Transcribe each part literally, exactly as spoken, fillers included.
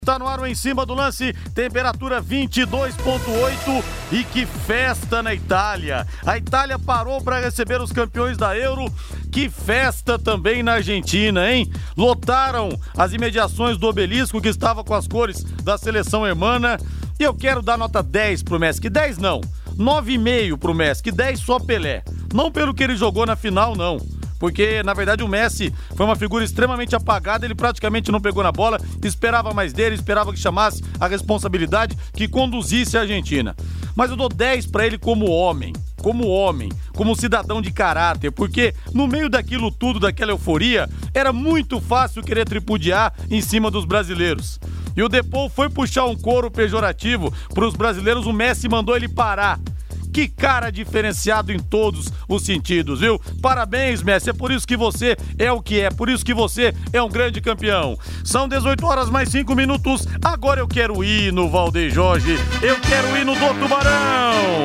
Tá no ar o Em Cima do Lance, temperatura vinte e dois vírgula oito e que festa na Itália. A Itália parou para receber os campeões da Euro. Que festa também na Argentina, hein? Lotaram as imediações do obelisco que estava com as cores da seleção hermana. E eu quero dar nota dez pro Messi, que dez não, nove vírgula cinco pro Messi, que dez só Pelé. Não pelo que ele jogou na final, não. Porque, na verdade, o Messi foi uma figura extremamente apagada, ele praticamente não pegou na bola, esperava mais dele, esperava que chamasse a responsabilidade, que conduzisse a Argentina. Mas eu dou dez pra ele como homem, como homem, como cidadão de caráter, porque no meio daquilo tudo, daquela euforia, era muito fácil querer tripudiar em cima dos brasileiros. E o Depou foi puxar um coro pejorativo pros brasileiros, o Messi mandou ele parar. Que cara diferenciado em todos os sentidos, viu? Parabéns, Messi, é por isso que você é o que é, por isso que você é um grande campeão. São dezoito horas mais cinco minutos, agora eu quero ir no Valdeir Jorge, eu quero ir no do Tubarão.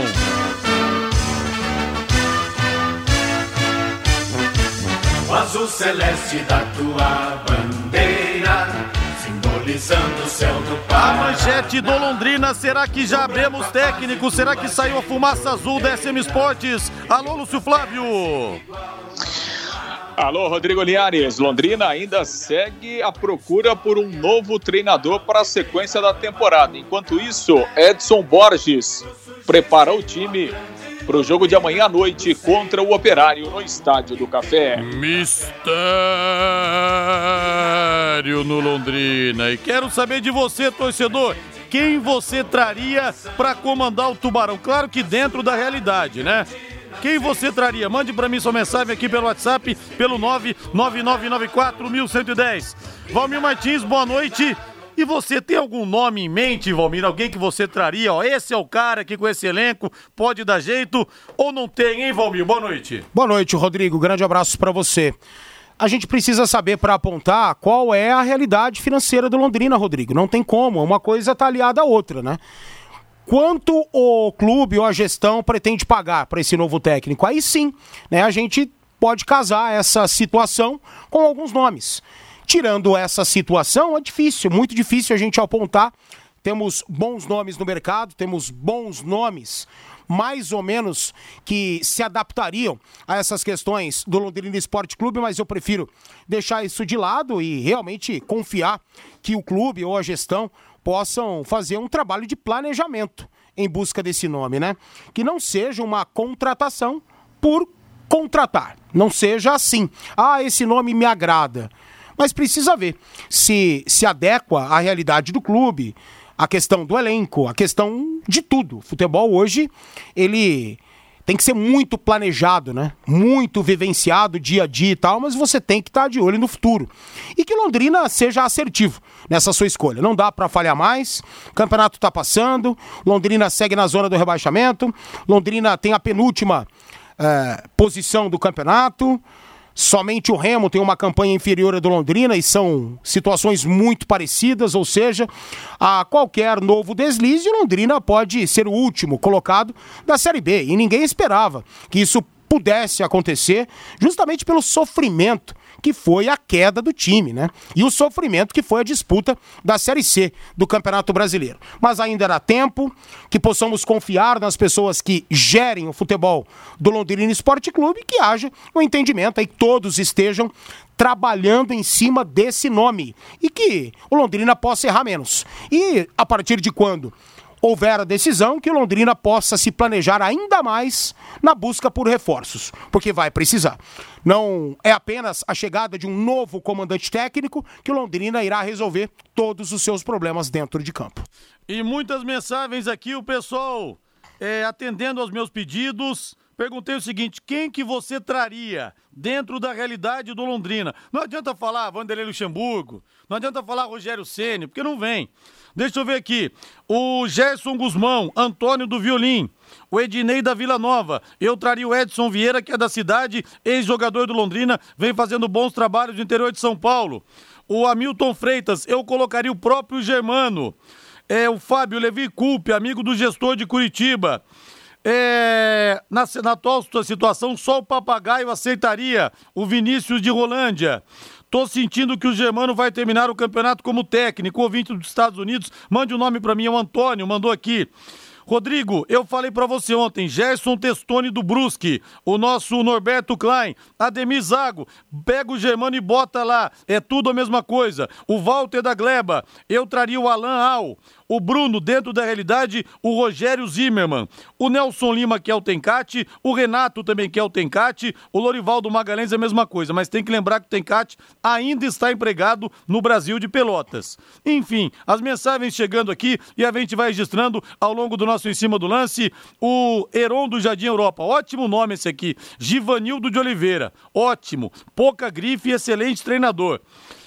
O azul celeste da tua bandeira, simbolizando o céu do Pará. A manchete do Londrina, será que já abemos técnico? Será que saiu a fumaça azul da S M Sports? Alô, Lúcio Flávio. Alô, Rodrigo Linhares. Londrina ainda segue a procura por um novo treinador para a sequência da temporada. Enquanto isso, Edson Borges prepara o time para o jogo de amanhã à noite contra o Operário no Estádio do Café. Mistério no Londrina. E quero saber de você, torcedor. Quem você traria para comandar o Tubarão? Claro que dentro da realidade, né? Quem você traria? Mande para mim sua mensagem aqui pelo WhatsApp, pelo nove nove nove nove quatro um um um zero. Valmir Martins, boa noite. E você tem algum nome em mente, Valmir? Alguém que você traria? Ó, esse é o cara que com esse elenco pode dar jeito ou não tem, hein, Valmir? Boa noite. Boa noite, Rodrigo. Grande abraço para você. A gente precisa saber para apontar qual é a realidade financeira do Londrina, Rodrigo. Não tem como, uma coisa tá aliada à outra, né? Quanto o clube ou a gestão pretende pagar para esse novo técnico? Aí sim, né, a gente pode casar essa situação com alguns nomes. Tirando essa situação, é difícil, muito difícil a gente apontar. Temos bons nomes no mercado, temos bons nomes, mais ou menos, que se adaptariam a essas questões do Londrina Esporte Clube, mas eu prefiro deixar isso de lado e realmente confiar que o clube ou a gestão possam fazer um trabalho de planejamento em busca desse nome, né? Que não seja uma contratação por contratar, não seja assim. Ah, esse nome me agrada. Mas precisa ver se se adequa à realidade do clube, a questão do elenco, a questão de tudo. O futebol hoje, ele tem que ser muito planejado, né? Muito vivenciado dia a dia e tal, mas você tem que estar de olho no futuro. E que Londrina seja assertivo nessa sua escolha. Não dá para falhar mais, o campeonato tá passando, Londrina segue na zona do rebaixamento, Londrina tem a penúltima eh, posição do campeonato. Somente o Remo tem uma campanha inferior à do Londrina e são situações muito parecidas, ou seja, a qualquer novo deslize, o Londrina pode ser o último colocado da Série B. E ninguém esperava que isso pudesse acontecer justamente pelo sofrimento que foi a queda do time, né? E o sofrimento que foi a disputa da Série C do Campeonato Brasileiro. Mas ainda era tempo que possamos confiar nas pessoas que gerem o futebol do Londrina Esporte Clube e que haja um entendimento aí, que todos estejam trabalhando em cima desse nome e que o Londrina possa errar menos. E a partir de quando houver a decisão, que o Londrina possa se planejar ainda mais na busca por reforços, porque vai precisar. Não é apenas a chegada de um novo comandante técnico que o Londrina irá resolver todos os seus problemas dentro de campo. E muitas mensagens aqui, o pessoal é, atendendo aos meus pedidos. Perguntei o seguinte, quem que você traria dentro da realidade do Londrina? Não adianta falar Vanderlei Luxemburgo, não adianta falar Rogério Ceni, porque não vem. Deixa eu ver aqui, o Gerson Guzmão, Antônio do Violim, o Ednei da Vila Nova, eu traria o Edson Vieira, que é da cidade, ex-jogador do Londrina, vem fazendo bons trabalhos no interior de São Paulo. O Hamilton Freitas, eu colocaria o próprio Germano. É, o Fábio Levi Culpe, amigo do gestor de Curitiba. É, na, na atual situação, só o Papagaio aceitaria o Vinícius de Rolândia. Tô sentindo que o Germano vai terminar o campeonato como técnico. O ouvinte dos Estados Unidos, mande o um nome pra mim, é o Antônio, mandou aqui. Rodrigo, eu falei pra você ontem, Gerson Testoni do Brusque, o nosso Norberto Klein, Ademir Zago, pega o Germano e bota lá, é tudo a mesma coisa. O Walter da Gleba, eu traria o Alan Al, o Bruno, dentro da realidade, o Rogério Zimmermann, o Nelson Lima, que é o Tencate, o Renato também, que é o Tencate, o Lorivaldo Magalhães é a mesma coisa, mas tem que lembrar que o Tencate ainda está empregado no Brasil de Pelotas. Enfim, as mensagens chegando aqui e a gente vai registrando ao longo do nosso Em Cima do Lance, o Heron do Jardim Europa, ótimo nome esse aqui, Givanildo de Oliveira, ótimo, pouca grife e excelente treinador.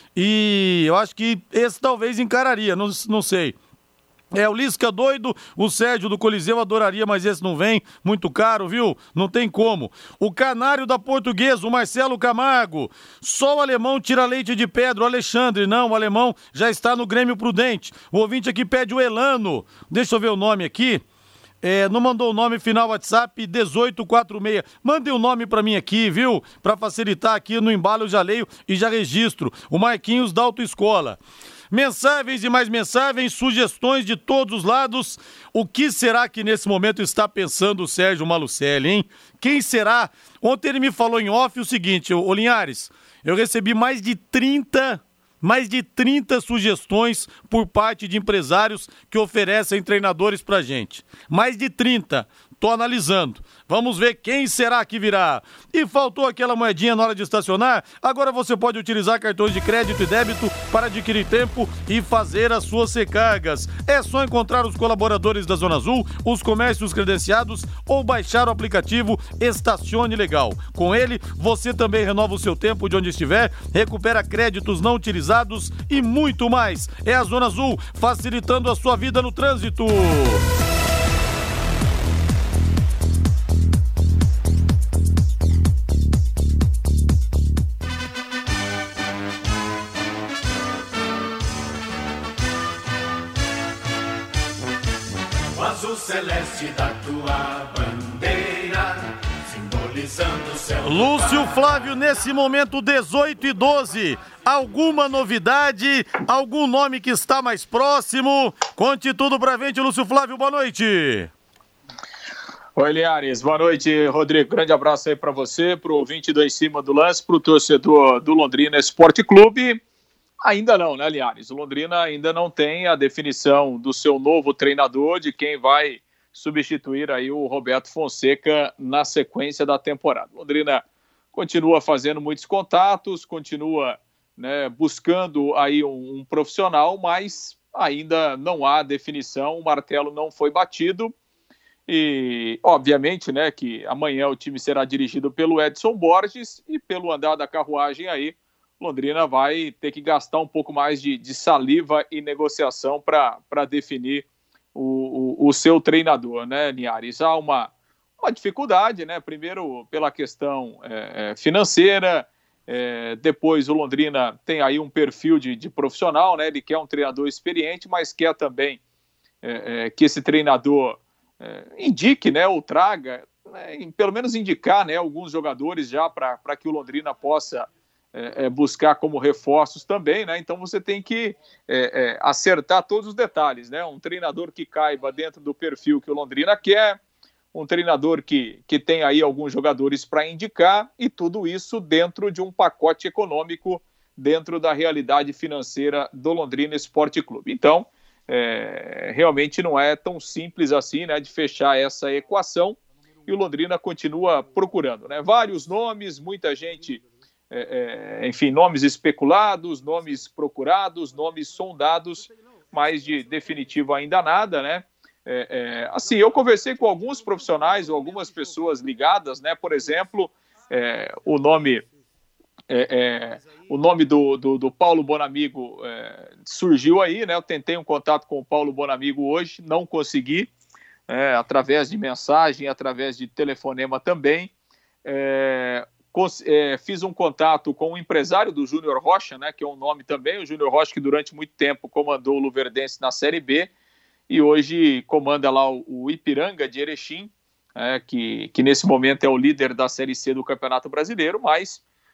E eu acho que esse talvez encararia, não, não sei. É, o Lisca doido, o Sérgio do Coliseu adoraria, mas esse não vem, muito caro, viu? Não tem como. O Canário da Portuguesa, o Marcelo Camargo, só o alemão tira leite de pedra, o Alexandre, não, o alemão já está no Grêmio Prudente. O ouvinte aqui pede o Elano, deixa eu ver o nome aqui. É, não mandou o nome, final WhatsApp dezoito quarenta e seis. Mande o um nome pra mim aqui, viu? Pra facilitar aqui no embalo eu já leio e já registro. O Marquinhos da Autoescola. Mensagens e mais mensagens, sugestões de todos os lados. O que será que nesse momento está pensando o Sérgio Malucelli, hein? Quem será? Ontem ele me falou em off o seguinte, ô Linhares, eu recebi mais de trinta, mais de trinta sugestões por parte de empresários que oferecem treinadores pra gente. Mais de trinta. Tô analisando. Vamos ver quem será que virá. E faltou aquela moedinha na hora de estacionar? Agora você pode utilizar cartões de crédito e débito para adquirir tempo e fazer as suas recargas. É só encontrar os colaboradores da Zona Azul, os comércios credenciados ou baixar o aplicativo Estacione Legal. Com ele, você também renova o seu tempo de onde estiver, recupera créditos não utilizados e muito mais. É a Zona Azul, facilitando a sua vida no trânsito. Azul celeste da tua bandeira, simbolizando o céu. Lúcio Flávio, nesse momento, dezoito e doze. Alguma novidade? Algum nome que está mais próximo? Conte tudo pra gente, Lúcio Flávio, boa noite. Oi, Linhares, boa noite, Rodrigo. Grande abraço aí pra você, pro ouvinte do Em Cima do Lance, pro torcedor do Londrina Esporte Clube. Ainda não, né, Linhares? O Londrina ainda não tem a definição do seu novo treinador, de quem vai substituir aí o Roberto Fonseca na sequência da temporada. O Londrina continua fazendo muitos contatos, continua, né, buscando aí um, um profissional, mas ainda não há definição, o martelo não foi batido e, obviamente, né, que amanhã o time será dirigido pelo Edson Borges e pelo andar da carruagem aí, Londrina vai ter que gastar um pouco mais de, de saliva e negociação para definir o, o, o seu treinador, né, Linhares? Há uma, uma dificuldade, né? Primeiro pela questão é, financeira, é, depois o Londrina tem aí um perfil de, de profissional, né? Ele quer um treinador experiente, mas quer também é, é, que esse treinador é, indique, né, ou traga, né, pelo menos indicar, né, alguns jogadores já para que o Londrina possa É, é, buscar como reforços também, né? Então você tem que é, é, acertar todos os detalhes, né? Um treinador que caiba dentro do perfil que o Londrina quer, um treinador que, que tem aí alguns jogadores para indicar e tudo isso dentro de um pacote econômico, dentro da realidade financeira do Londrina Esporte Clube. Então, é, realmente não é tão simples assim, né? De fechar essa equação e o Londrina continua procurando, né? Vários nomes, muita gente... É, é, enfim, nomes especulados, nomes procurados, nomes sondados, mas de definitivo ainda nada, né? É, é, assim, eu conversei com alguns profissionais ou algumas pessoas ligadas, né? Por exemplo, é, o nome, é, é, o nome do, do, do Paulo Bonamigo é, surgiu aí, né? Eu tentei um contato com o Paulo Bonamigo hoje, não consegui, é, através de mensagem, através de telefonema também. É, É, fiz um contato com o empresário do Júnior Rocha, né, que é um nome também, o Júnior Rocha que durante muito tempo comandou o Luverdense na Série B e hoje comanda lá o, o Ipiranga de Erechim, é, que, que nesse momento é o líder da Série C do Campeonato Brasileiro, mas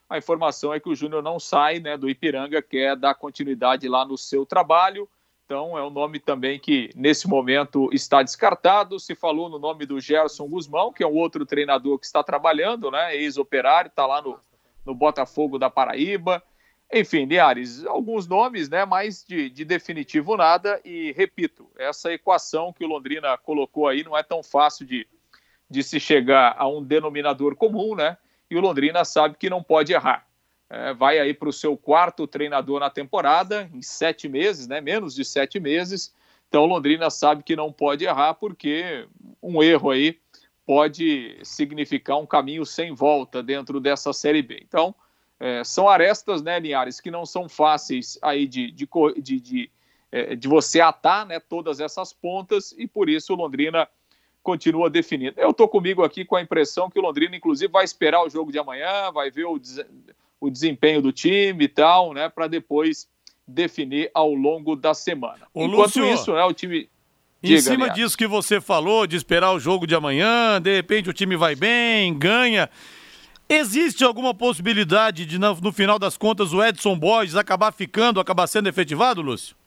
A informação é que o Júnior não sai, né, do Ipiranga, quer dar continuidade lá no seu trabalho. Então é um nome também que nesse momento está descartado. Se falou no nome do Gerson Guzmão, que é um outro treinador que está trabalhando, né, ex-operário, está lá no, no Botafogo da Paraíba. Enfim, Linhares, alguns nomes, né, mas de, de definitivo nada. E repito, essa equação que o Londrina colocou aí não é tão fácil de, de se chegar a um denominador comum, né? E o Londrina sabe que não pode errar. É, vai aí para o seu quarto treinador na temporada, em sete meses, né? Menos de sete meses. Então o Londrina sabe que não pode errar, porque um erro aí pode significar um caminho sem volta dentro dessa Série B. Então, é, são arestas, né, Linhares, que não são fáceis aí de, de, de, de, é, de você atar, né, todas essas pontas, e por isso o Londrina continua definindo. Eu estou comigo aqui com a impressão que o Londrina, inclusive, vai esperar o jogo de amanhã, vai ver o, des... o desempenho do time e tal, né, para depois definir ao longo da semana. Ô, Enquanto Lúcio, isso, né, o time... Em Diga, cima aliás. disso que você falou, de esperar o jogo de amanhã, de repente o time vai bem, ganha. Existe alguma possibilidade de, no, no final das contas, o Edson Borges acabar ficando, acabar sendo efetivado, Lúcio?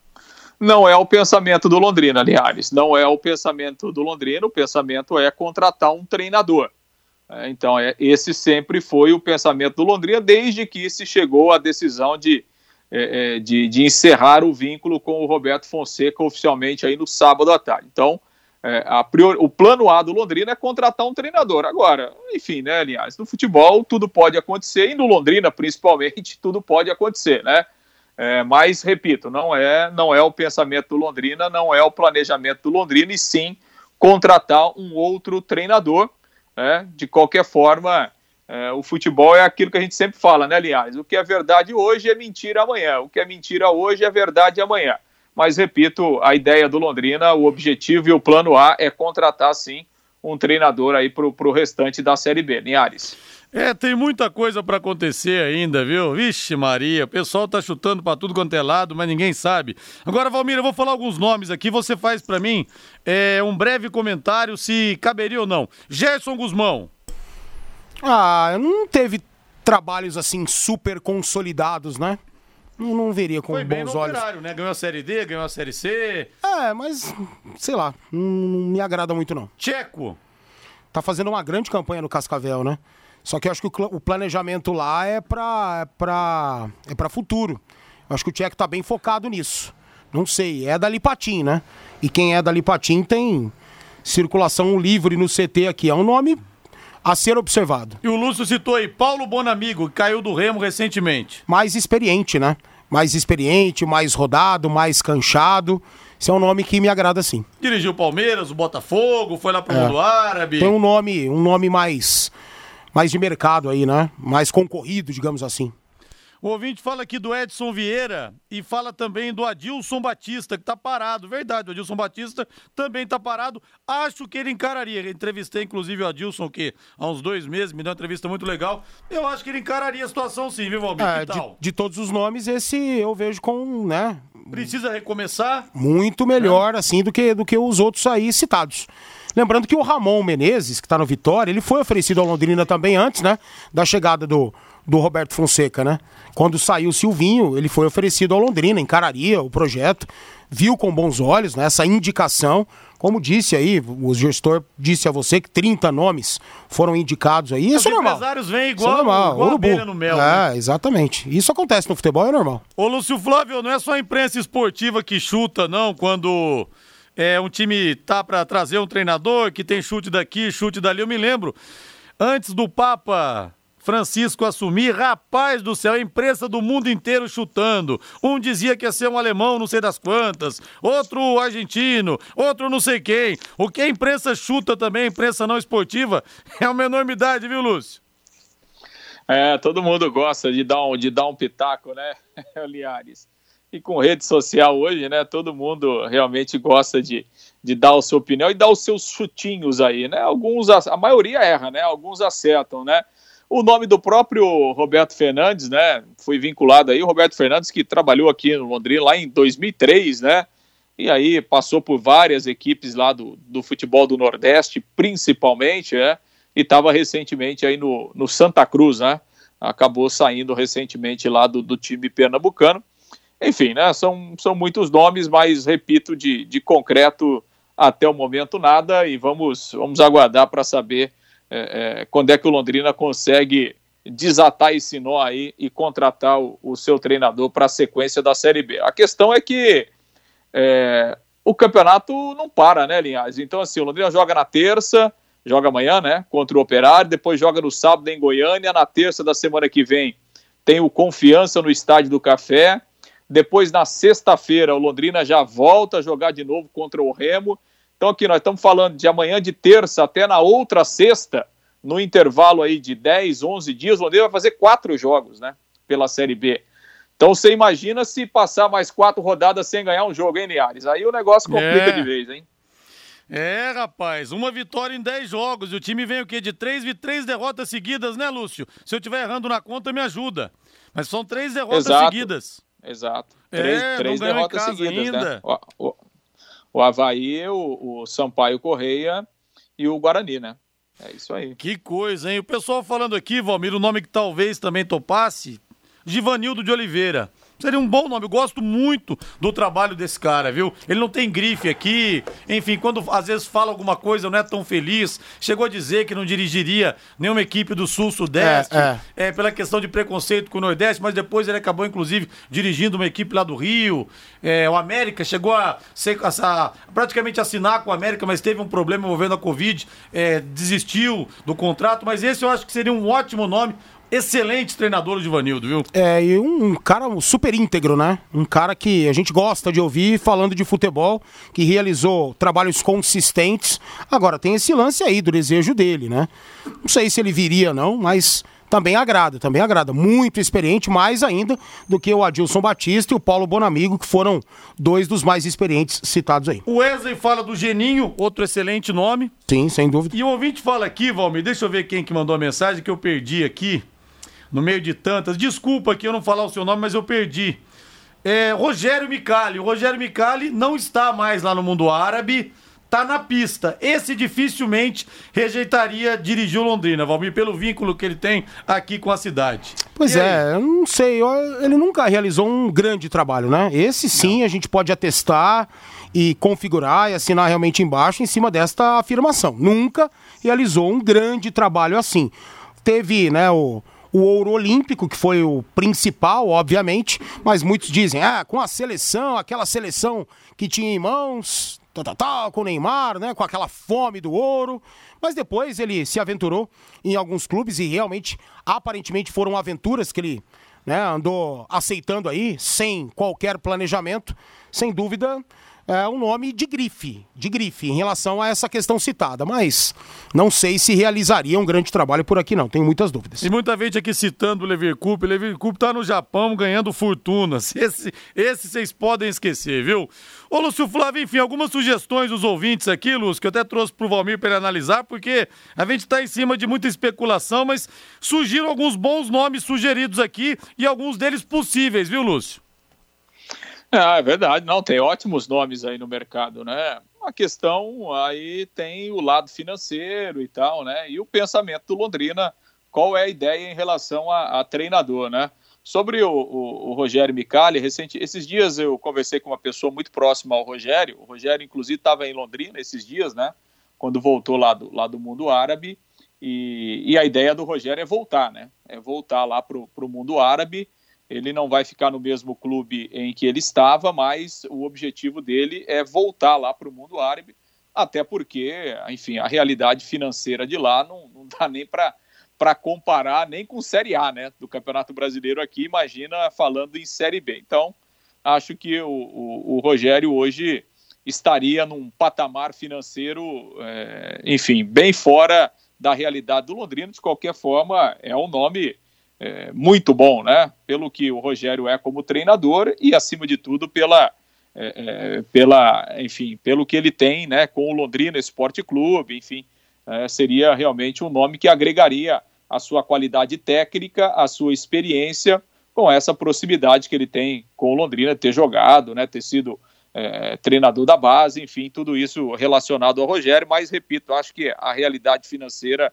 Não é o pensamento do Londrina, Linhares. Não é o pensamento do Londrina. O pensamento é contratar um treinador. É, então, é, esse sempre foi o pensamento do Londrina, desde que se chegou à decisão de, é, de, de encerrar o vínculo com o Roberto Fonseca oficialmente aí no sábado à tarde. Então, é, a priori, o plano A do Londrina é contratar um treinador. Agora, enfim, né, Linhares, no futebol tudo pode acontecer, e no Londrina, principalmente, tudo pode acontecer, né? É, mas, repito, não é, não é o pensamento do Londrina, não é o planejamento do Londrina, e sim contratar um outro treinador, né? De qualquer forma, é, o futebol é aquilo que a gente sempre fala, né, Linhares? O que é verdade hoje é mentira amanhã, o que é mentira hoje é verdade amanhã. Mas, repito, a ideia do Londrina, o objetivo e o plano A é contratar, sim, um treinador aí pro, pro restante da Série B, Linhares. É, tem muita coisa pra acontecer ainda, viu? Vixe Maria, o pessoal tá chutando pra tudo quanto é lado, mas ninguém sabe. Agora, Valmir, eu vou falar alguns nomes aqui, você faz pra mim é, um breve comentário se caberia ou não. Gerson Guzmão. Ah, não teve trabalhos assim super consolidados, né? Não, não veria com Foi bem bons no olhos. Operário, né? Ganhou a Série D, ganhou a Série C. É, mas, sei lá, não, não me agrada muito não. Tcheco. Tá fazendo uma grande campanha no Cascavel, né? Só que eu acho que o, cl- o planejamento lá é pra, é pra, é pra futuro. Eu acho que o Tcheco tá bem focado nisso. Não sei, é da Lipatim, né? E quem é da Lipatim tem circulação livre no C T aqui. É um nome a ser observado. E o Lúcio citou aí Paulo Bonamigo, que caiu do Remo recentemente. Mais experiente, né? Mais experiente, mais rodado, mais canchado. Esse é um nome que me agrada sim. Dirigiu o Palmeiras, o Botafogo, foi lá pro É. mundo árabe. Tem um nome, um nome mais, mais de mercado aí, né? Mais concorrido, digamos assim. O ouvinte fala aqui do Edson Vieira e fala também do Adilson Batista, que tá parado. Verdade, o Adilson Batista também tá parado. Acho que ele encararia. Eu entrevistei, inclusive, o Adilson, que há uns dois meses, me deu uma entrevista muito legal. Eu acho que ele encararia a situação sim, viu, Valmir? É, Que de, tal? de todos os nomes, esse eu vejo com, né? Precisa recomeçar? Muito melhor, assim, do que, do que os outros aí citados. Lembrando que o Ramon Menezes, que tá no Vitória, ele foi oferecido ao Londrina também antes, né? Da chegada do, do Roberto Fonseca, né? Quando saiu o Silvinho, ele foi oferecido ao Londrina, encararia o projeto, viu com bons olhos, né? Essa indicação. Como disse aí, o gestor disse a você que trinta nomes foram indicados aí. Isso Os é normal. empresários vêm Isso é igual, normal. igual a Urubu. abelha no mel. É, né? exatamente. Isso acontece no futebol, é normal. Ô, Lúcio Flávio, não é só a imprensa esportiva que chuta, não, quando é, um time tá pra trazer um treinador que tem chute daqui, chute dali. Eu me lembro, antes do Papa Francisco assumir, rapaz do céu, a imprensa do mundo inteiro chutando. Um dizia que ia ser um alemão, não sei das quantas, outro argentino, outro não sei quem. O que a imprensa chuta também, a imprensa não esportiva, é uma enormidade, viu, Lúcio? É, todo mundo gosta de dar um, de dar um pitaco, né, Linhares? E com rede social hoje, né, todo mundo realmente gosta de, de dar a sua opinião e dar os seus chutinhos aí, né? Alguns, a maioria erra, né? Alguns acertam, né? O nome do próprio Roberto Fernandes, né, foi vinculado aí, o Roberto Fernandes que trabalhou aqui no Londrina lá em dois mil e três, né, e aí passou por várias equipes lá do, do futebol do Nordeste, principalmente, né, e estava recentemente aí no, no Santa Cruz, né, acabou saindo recentemente lá do, do time pernambucano. Enfim, né, são, são muitos nomes, mas, repito, de, de concreto até o momento nada, e vamos, vamos aguardar para saber é, é, quando é que o Londrina consegue desatar esse nó aí e contratar o, o seu treinador para a sequência da Série B. A questão é que é, o campeonato não para, né, Linhares? Então, assim, o Londrina joga na terça, joga amanhã, né, contra o Operário, depois joga no sábado em Goiânia, na terça da semana que vem tem o Confiança no Estádio do Café, depois na sexta-feira o Londrina já volta a jogar de novo contra o Remo. Então aqui nós estamos falando de amanhã de terça até na outra sexta, no intervalo aí de dez, onze dias, o Londrina vai fazer quatro jogos, né, pela Série B. Então você imagina se passar mais quatro rodadas sem ganhar um jogo, hein, Linhares? Aí o negócio complica é. de vez, hein? É, rapaz, uma vitória em dez jogos, e o time vem o quê? De três, três derrotas seguidas, né, Lúcio? Se eu estiver errando na conta, me ajuda. Mas são três derrotas Exato. seguidas. Exato. É, três três derrotas seguidas, ainda. né? O, o, o Avaí, o, o Sampaio Correia e o Guarani, né? É isso aí. Que coisa, hein? O pessoal falando aqui, Valmir, o nome que talvez também topasse, Givanildo de Oliveira. Seria um bom nome, eu gosto muito do trabalho desse cara, viu? Ele não tem grife aqui, enfim, quando às vezes fala alguma coisa não é tão feliz, chegou a dizer que não dirigiria nenhuma equipe do Sul-Sudeste, é, é. É, pela questão de preconceito com o Nordeste, mas depois ele acabou, inclusive, dirigindo uma equipe lá do Rio, é, o América chegou a, ser, a, a praticamente assinar com o América, mas teve um problema envolvendo a Covid, é, desistiu do contrato, mas esse eu acho que seria um ótimo nome. Excelente treinador, o Givanildo, viu? É, e um cara super íntegro, né? Um cara que a gente gosta de ouvir falando de futebol, que realizou trabalhos consistentes. Agora, tem esse lance aí do desejo dele, né? Não sei se ele viria, não, mas também agrada, também agrada. Muito experiente, mais ainda do que o Adilson Batista e o Paulo Bonamigo, que foram dois dos mais experientes citados aí. O Wesley fala do Geninho, outro excelente nome. Sim, sem dúvida. E o ouvinte fala aqui, Valmir, deixa eu ver quem que mandou a mensagem, que eu perdi aqui. No meio de tantas, desculpa que eu não falar o seu nome, mas eu perdi. É, Rogério Micali. O Rogério Micali não está mais lá no mundo árabe, tá na pista. Esse dificilmente rejeitaria dirigir o Londrina, Valmir, pelo vínculo que ele tem aqui com a cidade. Pois é, eu não sei, ele nunca realizou um grande trabalho, né? Esse sim não. A gente pode atestar e configurar e assinar realmente embaixo em cima desta afirmação. Nunca realizou um grande trabalho assim. Teve, né, o... o ouro olímpico, que foi o principal, obviamente, mas muitos dizem, ah, com a seleção, aquela seleção que tinha em mãos, tal, tal, tal, com o Neymar, né, com aquela fome do ouro, mas depois ele se aventurou em alguns clubes e realmente, aparentemente, foram aventuras que ele, né, andou aceitando aí, sem qualquer planejamento, sem dúvida, é um nome de grife, de grife em relação a essa questão citada, mas não sei se realizaria um grande trabalho por aqui não, tenho muitas dúvidas. E muita gente aqui citando o Leverkusen, o Leverkusen tá no Japão ganhando fortunas, esse, esse vocês podem esquecer, viu? Ô Lúcio Flávio, enfim, algumas sugestões dos ouvintes aqui, Lúcio, que eu até trouxe pro Valmir para ele analisar, porque a gente tá em cima de muita especulação, mas surgiram alguns bons nomes sugeridos aqui e alguns deles possíveis, viu, Lúcio? É, é verdade, não, tem ótimos nomes aí no mercado, né? A questão aí tem o lado financeiro e tal, né? E o pensamento do Londrina, qual é a ideia em relação a, a treinador, né? Sobre o, o, o Rogério Micali, recente, esses dias eu conversei com uma pessoa muito próxima ao Rogério, o Rogério inclusive estava em Londrina esses dias, né? Quando voltou lá do, lá do mundo árabe, e, e a ideia do Rogério é voltar, né? É voltar lá pro, pro mundo árabe. Ele não vai ficar no mesmo clube em que ele estava, mas o objetivo dele é voltar lá para o mundo árabe, até porque, enfim, a realidade financeira de lá não, não dá nem para comparar nem com Série A, né, do Campeonato Brasileiro aqui, imagina falando em Série B. Então, acho que o, o, o Rogério hoje estaria num patamar financeiro, é, enfim, bem fora da realidade do Londrina. De qualquer forma, é um nome... É, muito bom, né? Pelo que o Rogério é como treinador e, acima de tudo, pela, é, é, pela, enfim, pelo que ele tem, né, com o Londrina Esporte Clube, enfim, é, seria realmente um nome que agregaria a sua qualidade técnica, a sua experiência, com essa proximidade que ele tem com o Londrina, ter jogado, né, ter sido é, treinador da base, enfim, tudo isso relacionado ao Rogério, mas, repito, acho que a realidade financeira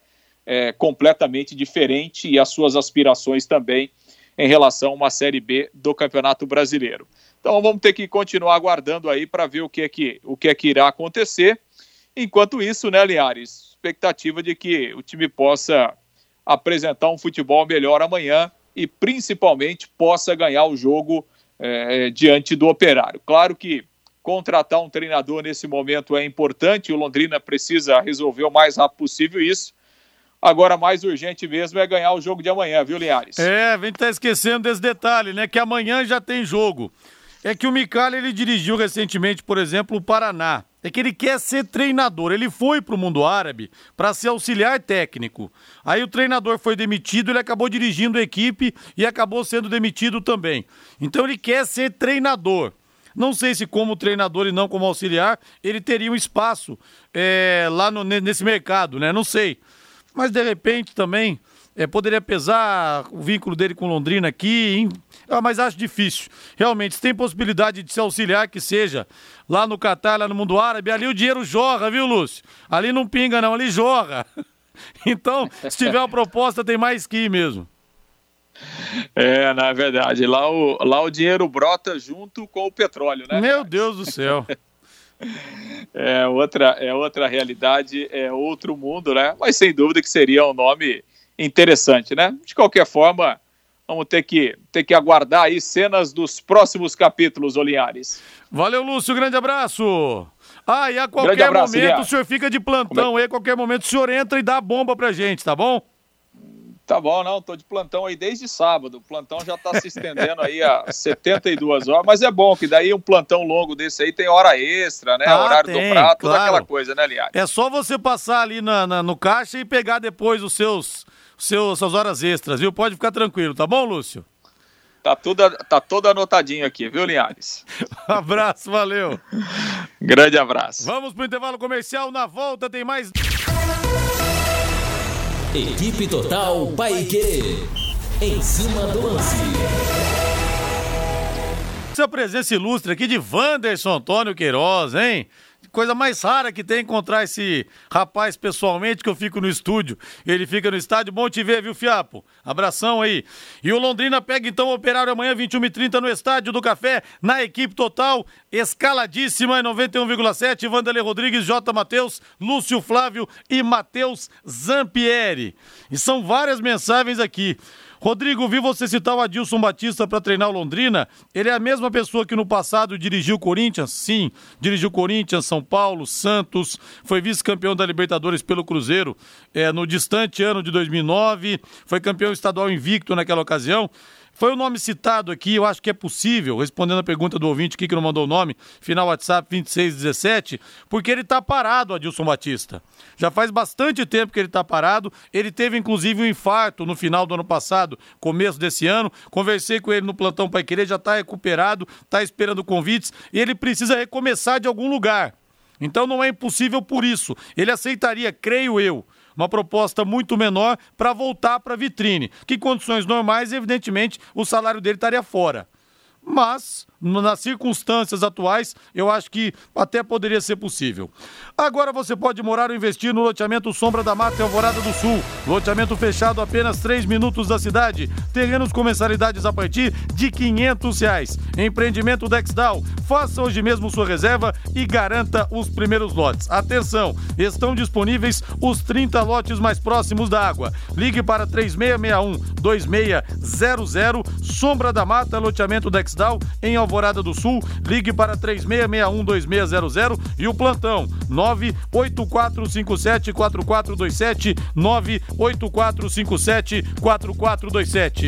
é, completamente diferente e as suas aspirações também em relação a uma Série B do Campeonato Brasileiro. Então vamos ter que continuar aguardando aí para ver o que, é que, o que é que irá acontecer. Enquanto isso, né, Linhares, expectativa de que o time possa apresentar um futebol melhor amanhã e principalmente possa ganhar o jogo é, diante do Operário. Claro que contratar um treinador nesse momento é importante, o Londrina precisa resolver o mais rápido possível isso. Agora, mais urgente mesmo é ganhar o jogo de amanhã, viu, Linhares? É, a gente tá esquecendo desse detalhe, né? Que amanhã já tem jogo. É que o Micali, ele dirigiu recentemente, por exemplo, o Paraná. É que ele quer ser treinador. Ele foi pro mundo árabe para ser auxiliar técnico. Aí o treinador foi demitido, ele acabou dirigindo a equipe e acabou sendo demitido também. Então ele quer ser treinador. Não sei se como treinador e não como auxiliar, ele teria um espaço é, lá no, nesse mercado, né? Não sei. Mas de repente também é, poderia pesar o vínculo dele com Londrina aqui, hein? Ah, mas acho difícil. Realmente, se tem possibilidade de se auxiliar, que seja lá no Catar, lá no mundo árabe, ali o dinheiro jorra, viu, Lúcio? Ali não pinga não, ali jorra. Então, se tiver uma proposta, tem mais que ir mesmo. É, na verdade, lá o, lá o dinheiro brota junto com o petróleo, né? Meu Deus do céu. É outra, é outra realidade, é outro mundo, né? Mas sem dúvida que seria um nome interessante, né? De qualquer forma, vamos ter que, ter que aguardar aí cenas dos próximos capítulos, Linhares. Valeu, Lúcio, grande abraço. Ah, e a qualquer abraço, momento Linhares. O senhor fica de plantão é? aí, a qualquer momento o senhor entra e dá a bomba pra gente, tá bom? Tá bom, não, tô de plantão aí desde sábado, o plantão já tá se estendendo aí a setenta e duas horas, mas é bom que daí um plantão longo desse aí tem hora extra, né, Ah, horário tem, do prato, toda claro. aquela coisa, né, Linhares? É só você passar ali na, na- no caixa e pegar depois os seus, seus, suas horas extras, viu? Pode ficar tranquilo, tá bom, Lúcio? Tá tudo, tá todo anotadinho aqui, viu, Linhares? Um abraço, valeu. Grande abraço. Vamos pro intervalo comercial, na volta tem mais... Equipe Total Paiquerê. Em cima do lance. Essa presença ilustre aqui de Wanderson Antônio Queiroz, hein? Coisa mais rara que tem encontrar esse rapaz pessoalmente, que eu fico no estúdio. Ele fica no estádio. Bom te ver, viu, Fiapo? Abração aí. E o Londrina pega então o Operário amanhã, vinte e uma e trinta, no Estádio do Café, na Equipe Total, escaladíssima em noventa e um vírgula sete. Vanderlei Rodrigues, J. Matheus, Lúcio Flávio e Matheus Zampieri. E são várias mensagens aqui. Rodrigo, vi você citar o Adilson Batista para treinar o Londrina. Ele é a mesma pessoa que no passado dirigiu o Corinthians? Sim, dirigiu Corinthians, São Paulo, Santos, foi vice-campeão da Libertadores pelo Cruzeiro é, no distante ano de dois mil e nove, foi campeão estadual invicto naquela ocasião. Foi o nome citado aqui, eu acho que é possível, respondendo a pergunta do ouvinte aqui que não mandou o nome, final WhatsApp vinte e seis dezessete, porque ele tá parado, Adilson Batista. Já faz bastante tempo que ele tá parado, ele teve inclusive um infarto no final do ano passado, começo desse ano, conversei com ele no plantão Paiquerê, já tá recuperado, tá esperando convites, e ele precisa recomeçar de algum lugar. Então não é impossível por isso. Ele aceitaria, creio eu, uma proposta muito menor para voltar para a vitrine. Que em condições normais, evidentemente, o salário dele estaria fora. Mas, nas circunstâncias atuais, eu acho que até poderia ser possível. Agora você pode morar ou investir no loteamento Sombra da Mata em Alvorada do Sul. Loteamento fechado a apenas três minutos da cidade. Terrenos com mensalidades a partir de quinhentos reais. Empreendimento Dexdal. Faça hoje mesmo sua reserva e garanta os primeiros lotes. Atenção, estão disponíveis os trinta lotes mais próximos da água. Ligue para três seis seis um, dois seis zero zero. Sombra da Mata, loteamento Dexdal. Em Alvorada do Sul, ligue para três seis seis um, dois seis zero zero e o plantão nove oito quatro cinco sete quatro quatro dois sete, nove oito quatro cinco sete quatro quatro dois sete.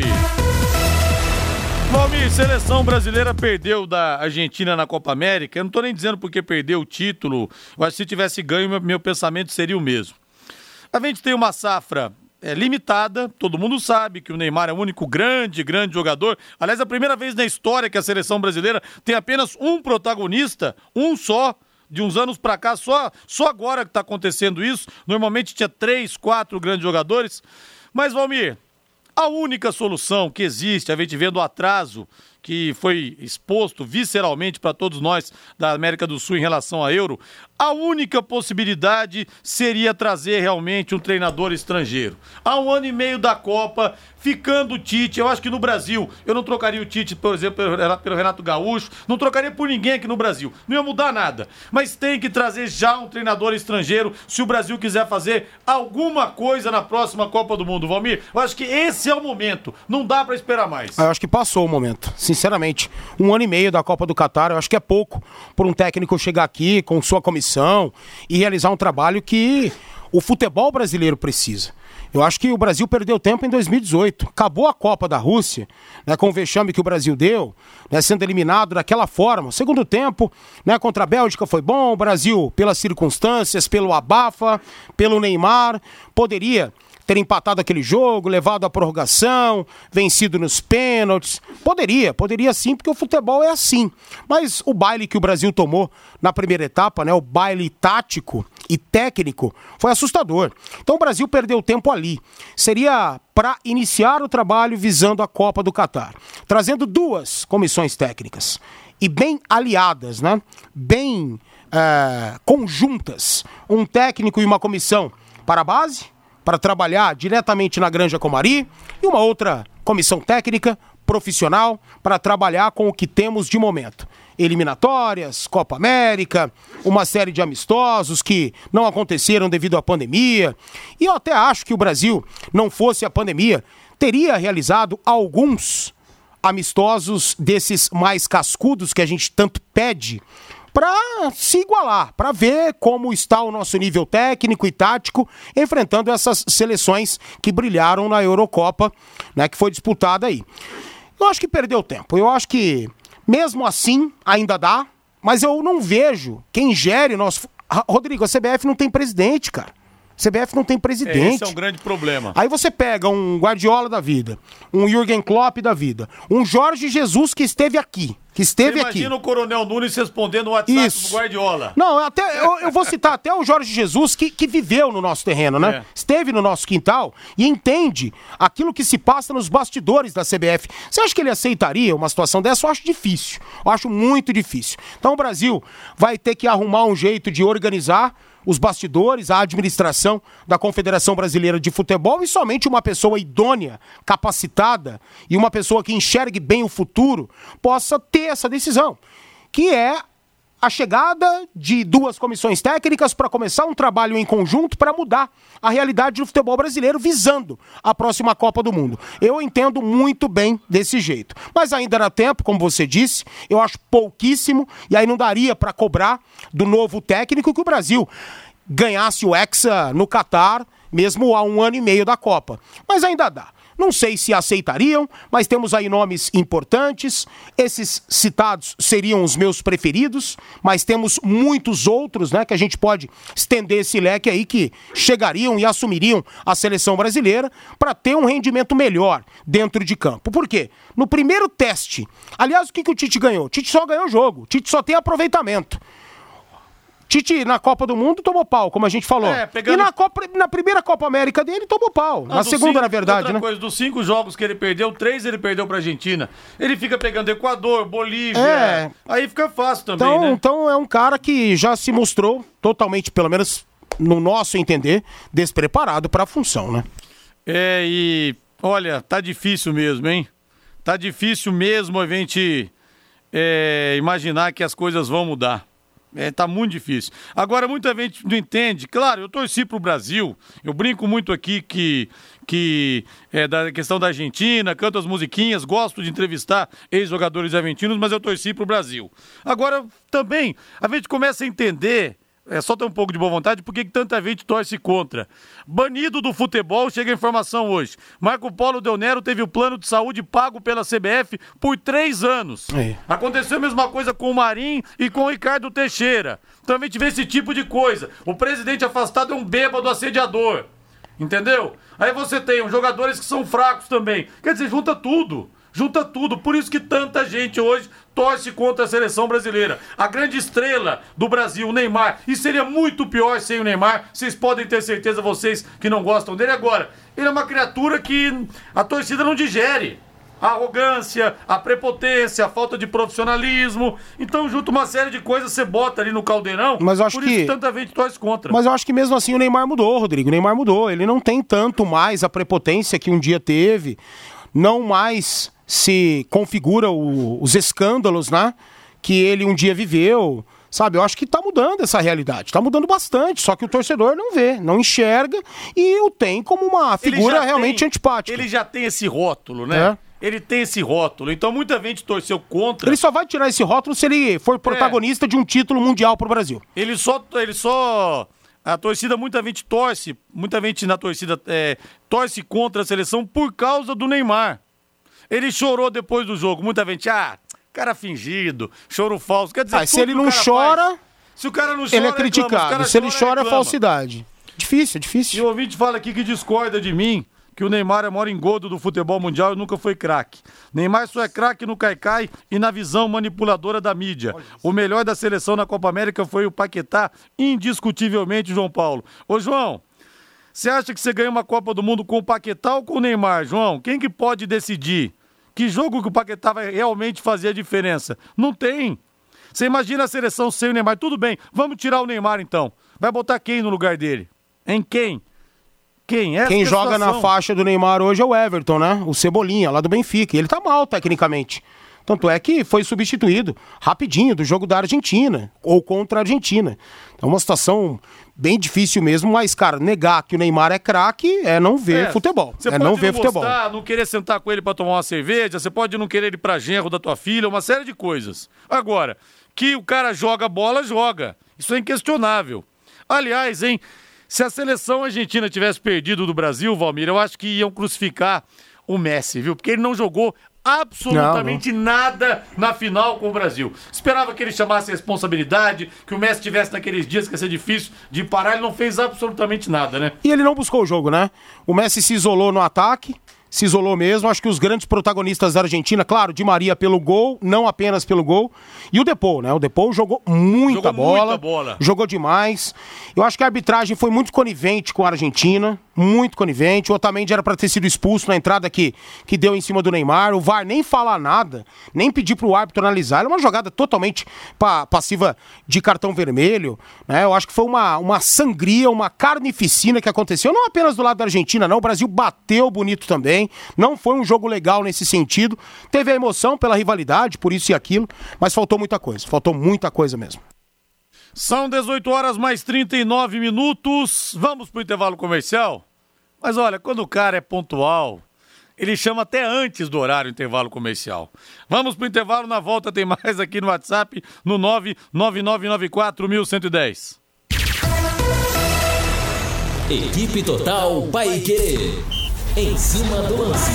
Valmir, seleção brasileira perdeu da Argentina na Copa América. Eu não tô nem dizendo porque perdeu o título. Eu acho que se tivesse ganho, meu, meu pensamento seria o mesmo. A gente tem uma safra É limitada, todo mundo sabe que o Neymar é o único grande, grande jogador. Aliás, é a primeira vez na história que a seleção brasileira tem apenas um protagonista, um só, de uns anos pra cá, só, só agora que tá acontecendo isso. Normalmente tinha três, quatro grandes jogadores. Mas, Valmir, a única solução que existe, a gente vendo o atraso que foi exposto visceralmente para todos nós da América do Sul em relação à Euro, a única possibilidade seria trazer realmente um treinador estrangeiro. Há um ano e meio da Copa, ficando o Tite, eu acho que no Brasil, eu não trocaria o Tite, por exemplo, pelo Renato Gaúcho, não trocaria por ninguém aqui no Brasil, não ia mudar nada. Mas tem que trazer já um treinador estrangeiro se o Brasil quiser fazer alguma coisa na próxima Copa do Mundo, Valmir. Eu acho que esse é o momento, não dá para esperar mais. Eu acho que passou o momento, sinceramente. Um ano e meio da Copa do Catar, eu acho que é pouco por um técnico chegar aqui com sua comissão e realizar um trabalho que o futebol brasileiro precisa. Eu acho que o Brasil perdeu tempo em dois mil e dezoito. Acabou a Copa da Rússia, né, com o vexame que o Brasil deu, né, sendo eliminado daquela forma. Segundo tempo, né, contra a Bélgica foi bom. O Brasil, pelas circunstâncias, pelo abafa, pelo Neymar, poderia ter empatado aquele jogo, levado à prorrogação, vencido nos pênaltis. Poderia, poderia sim, porque o futebol é assim. Mas o baile que o Brasil tomou na primeira etapa, né, o baile tático e técnico, foi assustador. Então o Brasil perdeu tempo ali. Seria para iniciar o trabalho visando a Copa do Catar, trazendo duas comissões técnicas e bem aliadas, né? Bem é, conjuntas. Um técnico e uma comissão para a base, para trabalhar diretamente na Granja Comari, e uma outra comissão técnica, profissional, para trabalhar com o que temos de momento. Eliminatórias, Copa América, uma série de amistosos que não aconteceram devido à pandemia. E eu até acho que o Brasil, não fosse a pandemia, teria realizado alguns amistosos desses mais cascudos que a gente tanto pede, para se igualar, para ver como está o nosso nível técnico e tático enfrentando essas seleções que brilharam na Eurocopa, né, que foi disputada aí. Eu acho que perdeu tempo, eu acho que mesmo assim ainda dá, mas eu não vejo quem gere o nosso... Rodrigo, a C B F não tem presidente, cara. A C B F não tem presidente. Esse é um grande problema. Aí você pega um Guardiola da vida, um Jürgen Klopp da vida, um Jorge Jesus que esteve aqui, que esteve Você aqui. Imagina o Coronel Nunes respondendo no WhatsApp Isso. pro Guardiola. Não, até, eu, eu vou citar até o Jorge Jesus que, que viveu no nosso terreno, né? É. Esteve no nosso quintal e entende aquilo que se passa nos bastidores da C B F. Você acha que ele aceitaria uma situação dessa? Eu acho difícil. Eu acho muito difícil. Então o Brasil vai ter que arrumar um jeito de organizar os bastidores, a administração da Confederação Brasileira de Futebol e somente uma pessoa idônea, capacitada e uma pessoa que enxergue bem o futuro possa ter essa decisão, que é a chegada de duas comissões técnicas para começar um trabalho em conjunto para mudar a realidade do futebol brasileiro visando a próxima Copa do Mundo. Eu entendo muito bem desse jeito, mas ainda dá tempo, como você disse, eu acho pouquíssimo e aí não daria para cobrar do novo técnico que o Brasil ganhasse o Hexa no Catar, mesmo há um ano e meio da Copa. Mas ainda dá. Não sei se aceitariam, mas temos aí nomes importantes. Esses citados seriam os meus preferidos, mas temos muitos outros, né, que a gente pode estender esse leque aí que chegariam e assumiriam a seleção brasileira para ter um rendimento melhor dentro de campo. Por quê? No primeiro teste, aliás, o que, que o Tite ganhou? O Tite só ganhou o jogo, o Tite só tem aproveitamento. Tite, na Copa do Mundo, tomou pau, como a gente falou. É, pegando... E na, Copa, na primeira Copa América dele, tomou pau. Não, na segunda, cinco, na verdade, outra né? Coisa, dos cinco jogos que ele perdeu, três ele perdeu pra Argentina. Ele fica pegando Equador, Bolívia. É. Aí fica fácil também, então, né? Então é um cara que já se mostrou totalmente, pelo menos no nosso entender, despreparado pra função, né? É, e olha, tá difícil mesmo, hein? Tá difícil mesmo a gente é, imaginar que as coisas vão mudar. É, tá muito difícil. Agora, muita gente não entende. Claro, eu torci pro Brasil. Eu brinco muito aqui que, que é da questão da Argentina, canto as musiquinhas, gosto de entrevistar ex-jogadores argentinos, mas eu torci pro Brasil. Agora, também, a gente começa a entender, é só ter um pouco de boa vontade, por que tanta gente torce contra. Banido do futebol, chega a informação hoje. Marco Polo Del Nero teve o plano de saúde pago pela C B F por três anos. É. Aconteceu a mesma coisa com o Marinho e com o Ricardo Teixeira. Então a gente vê esse tipo de coisa. O presidente afastado é um bêbado assediador. Entendeu? Aí você tem os jogadores que são fracos também. Quer dizer, junta tudo. Junta tudo, por isso que tanta gente hoje torce contra a seleção brasileira. A grande estrela do Brasil, o Neymar, e seria muito pior sem o Neymar, vocês podem ter certeza, vocês que não gostam dele agora. Ele é uma criatura que a torcida não digere. A arrogância, a prepotência, a falta de profissionalismo. Então, junto uma série de coisas, você bota ali no caldeirão. Mas eu acho por que... isso tanta gente torce contra. Mas eu acho que mesmo assim o Neymar mudou, Rodrigo. O Neymar mudou. Ele não tem tanto mais a prepotência que um dia teve. Não mais se configura o, os escândalos, né? Que ele um dia viveu. Sabe, eu acho que tá mudando essa realidade, tá mudando bastante, só que o torcedor não vê, não enxerga e o tem como uma figura realmente tem, antipática. Ele já tem esse rótulo, né? É. Ele tem esse rótulo, então muita gente torceu contra. Ele só vai tirar esse rótulo se ele for protagonista é. de um título mundial pro Brasil. Ele só, ele só, a torcida, muita gente torce, muita gente na torcida é, torce contra a seleção por causa do Neymar. Ele chorou depois do jogo, muita gente, ah... cara fingido, choro falso. Quer dizer, ah, se ele não chora, faz. Se o cara não chora, ele é criticado. Se ele chora, é falsidade. Difícil, difícil. E o ouvinte fala aqui que discorda de mim, que o Neymar é o maior engodo do futebol mundial e nunca foi craque. Neymar só é craque no caicai e na visão manipuladora da mídia. O melhor da seleção na Copa América foi o Paquetá, indiscutivelmente, João Paulo. Ô, João, você acha que você ganha uma Copa do Mundo com o Paquetá ou com o Neymar, João? Quem que pode decidir? Que jogo que o Paquetá vai realmente fazer a diferença? Não tem. Você imagina a seleção sem o Neymar. Tudo bem, vamos tirar o Neymar então. Vai botar quem no lugar dele? Em quem? Quem? Essa quem é joga na faixa do Neymar hoje é o Everton, né? O Cebolinha, lá do Benfica. Ele tá mal tecnicamente. Tanto é que foi substituído rapidinho do jogo da Argentina, ou contra a Argentina. É uma situação bem difícil mesmo, mas, cara, negar que o Neymar é craque é não ver é, futebol. Você é pode não não ver gostar, futebol. Não querer sentar com ele pra tomar uma cerveja, você pode não querer ir pra genro da tua filha, uma série de coisas. Agora, que o cara joga bola, joga. Isso é inquestionável. Aliás, hein, se a seleção argentina tivesse perdido do Brasil, Valmir, eu acho que iam crucificar o Messi, viu? Porque ele não jogou absolutamente não, não. nada na final com o Brasil. Esperava que ele chamasse a responsabilidade, que o Messi tivesse naqueles dias que ia ser difícil de parar, ele não fez absolutamente nada, né? E ele não buscou o jogo, né? O Messi se isolou no ataque, se isolou mesmo. Acho que os grandes protagonistas da Argentina, claro, Di Maria pelo gol, não apenas pelo gol, e o Depou, né? O Depou jogou muita, jogou bola, muita bola, jogou demais. Eu acho que a arbitragem foi muito conivente com a Argentina, muito conivente. O Otamendi era para ter sido expulso na entrada que, que deu em cima do Neymar. O V A R nem falar nada, nem pedir pro árbitro analisar. Era uma jogada totalmente pa- passiva de cartão vermelho, né? Eu acho que foi uma, uma sangria, uma carnificina que aconteceu, não apenas do lado da Argentina, não. O Brasil bateu bonito também. Não foi um jogo legal nesse sentido. Teve a emoção pela rivalidade, por isso e aquilo, mas faltou muita coisa. Faltou muita coisa mesmo. São dezoito horas mais trinta e nove minutos. Vamos pro intervalo comercial? Mas olha, quando o cara é pontual, ele chama até antes do horário intervalo comercial. Vamos pro intervalo, na volta tem mais aqui no WhatsApp, no nove nove nove nove quatro um um zero. Equipe Total Paiquerê. Em cima do lance.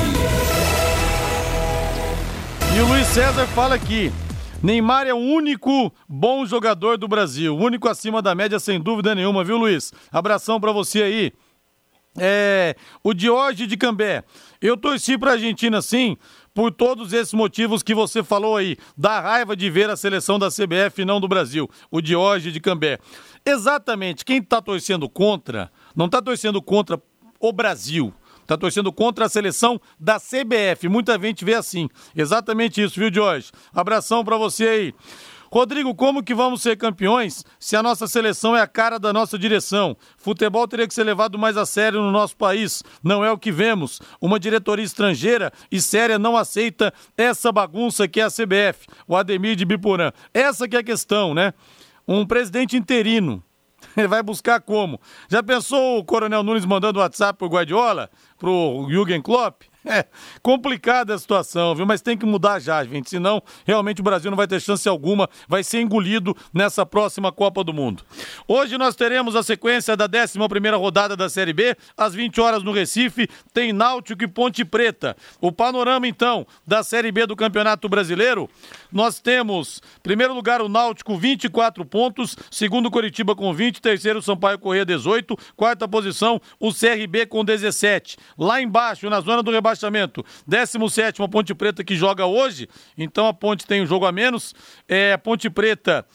E o Luiz César fala aqui: Neymar é o único bom jogador do Brasil, o único acima da média, sem dúvida nenhuma, viu, Luiz? Abração pra você aí. É, o Diógenes de Cambé: eu torci pra Argentina sim, por todos esses motivos que você falou aí, da raiva de ver a seleção da C B F e não do Brasil. O Diógenes de Cambé: exatamente, quem tá torcendo contra, não tá torcendo contra o Brasil, tá torcendo contra a seleção da C B F. Muita gente vê assim. Exatamente isso, viu, Jorge? Abração pra você aí. Rodrigo, como que vamos ser campeões se a nossa seleção é a cara da nossa direção? Futebol teria que ser levado mais a sério no nosso país. Não é o que vemos. Uma diretoria estrangeira e séria não aceita essa bagunça que é a C B F. O Ademir de Biporã. Essa que é a questão, né? Um presidente interino. Ele vai buscar como? Já pensou o Coronel Nunes mandando WhatsApp pro Guardiola? Pro Jürgen Klopp? É complicada a situação, viu? Mas tem que mudar já, gente. Senão, realmente o Brasil não vai ter chance alguma. Vai ser engolido nessa próxima Copa do Mundo. Hoje nós teremos a sequência da décima primeira rodada da Série B. Às vinte horas no Recife, tem Náutico e Ponte Preta. O panorama, então, da Série B do Campeonato Brasileiro. Nós temos, primeiro lugar, o Náutico, vinte e quatro pontos. Segundo, Coritiba com vinte. Terceiro, Sampaio Corrêa, dezoito. Quarta posição, o C R B com dezessete. Lá embaixo, na zona do rebaixamento, décimo sétimo, a Ponte Preta, que joga hoje. Então a Ponte tem um jogo a menos. É, a Ponte Preta